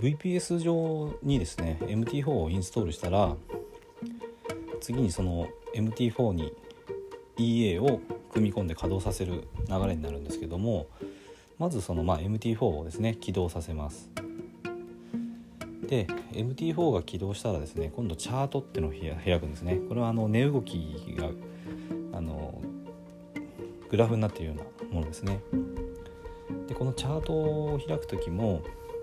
VPS 上にですね MT4 をインストールしたら、次にその MT4 に EA を組み込んで稼働させる流れになるんですけども、まずそのMT4 をですね起動させます。で MT4 が起動したらですね、今度チャートっていうのを開くんですね。これは値動きがグラフになっているようなものですね。でこのチャートを開くときも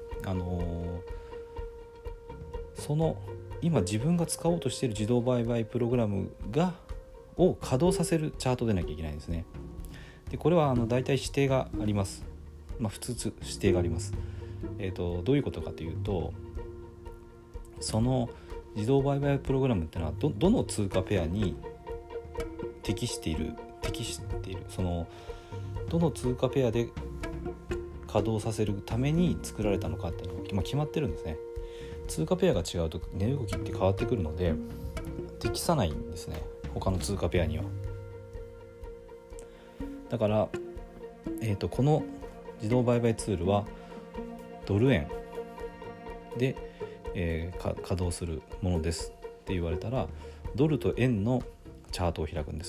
その今自分が使おうとしている自動売買プログラムを稼働させるチャートでなきゃいけないんですね。でこれは大体指定があります。普通指定があります。どういうことかというと、その自動売買プログラムってのはどの通貨ペアに適しているそのどの通貨ペアで稼働させるために作られたのかっていうのが決まってるんですね。通貨ペアが違うと値動きって変わってくるので適さないんですね、他の通貨ペアには。だから、この自動売買ツールはドル円で、稼働するものですって言われたら、ドルと円のチャートを開くんです。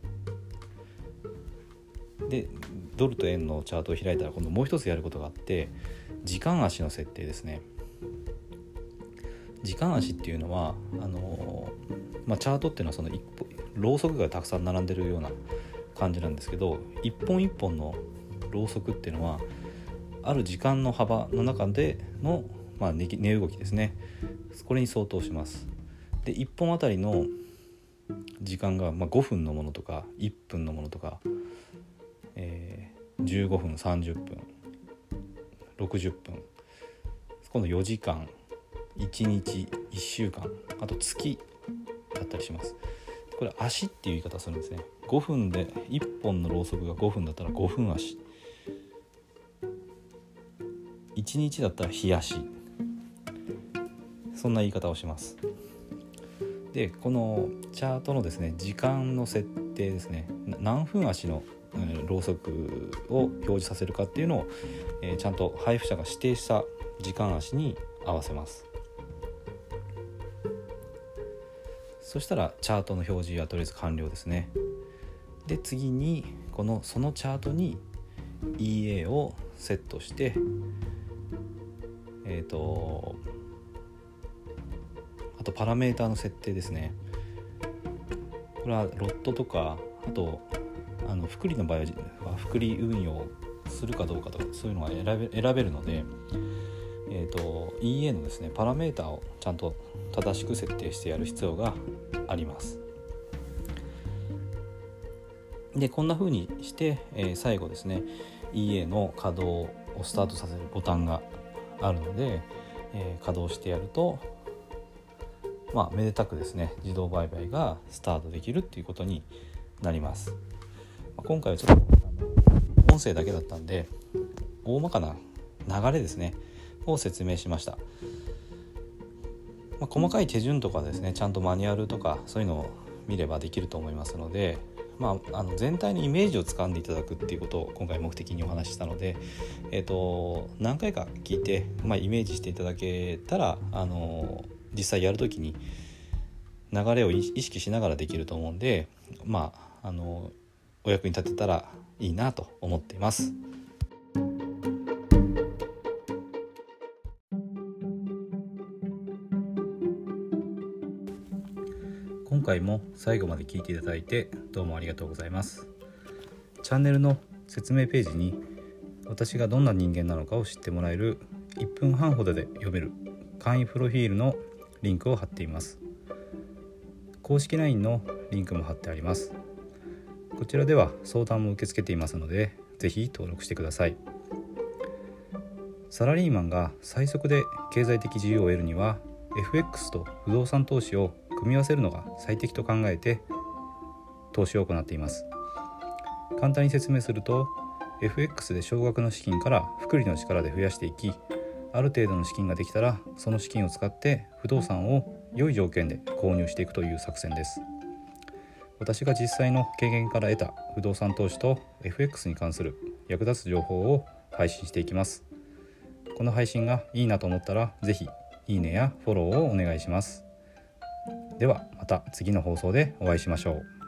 でドルと円のチャートを開いたら、今度もう一つやることがあって、時間足の設定ですね。時間足っていうのはチャートっていうのはそのロウソクがたくさん並んでるような感じなんですけど、一本一本のロウソクっていうのはある時間の幅の中での、値動きですね。これに相当します。で1本あたりの時間が5分のものとか1分のものとか、15分30分60分、今度4時間1日1週間、あと月だったりします。これ足っていう言い方するんですね。5分で1本のろうそくが5分だったら5分足、1日だったら日足、そんな言い方をします。でこのチャートのですね時間の設定ですね、何分足のろうそくを表示させるかっていうのを、ちゃんと配布者が指定した時間足に合わせます。そしたらチャートの表示はとりあえず完了ですね。で次にそのチャートに EA をセットして、あとパラメータの設定ですね。これはロットとか、あと複利の場合は複利運用するかどうかとか、そういうのが選べるので、EA のですねパラメータをちゃんと正しく設定してやる必要があります。でこんな風にして、最後ですね EA の稼働をスタートさせるボタンがあるので、稼働してやるとめでたくですね自動売買がスタートできるっていうことになります。今回はちょっと音声だけだったんで大まかな流れですねを説明しました。細かい手順とかですねちゃんとマニュアルとかそういうのを見ればできると思いますので、全体のイメージをつかんでいただくっていうことを今回目的にお話ししたので、何回か聞いて、イメージしていただけたら実際やるときに流れを意識しながらできると思うんで、お役に立てたらいいなと思っています。今回も最後まで聞いていただいてどうもありがとうございます。チャンネルの説明ページに私がどんな人間なのかを知ってもらえる1分半ほどで読める簡易プロフィールのリンクを貼っています。公式 LINE のリンクも貼ってあります。こちらでは相談も受け付けていますので、ぜひ登録してください。サラリーマンが最速で経済的自由を得るには FX と不動産投資を組み合わせるのが最適と考えて投資を行っています。簡単に説明すると、 FX で少額の資金から複利の力で増やしていき、ある程度の資金ができたらその資金を使って不動産を良い条件で購入していくという作戦です。私が実際の経験から得た不動産投資と FX に関する役立つ情報を配信していきます。 この配信がいいなと思ったらぜひいいねやフォローをお願いします。ではまた次の放送でお会いしましょう。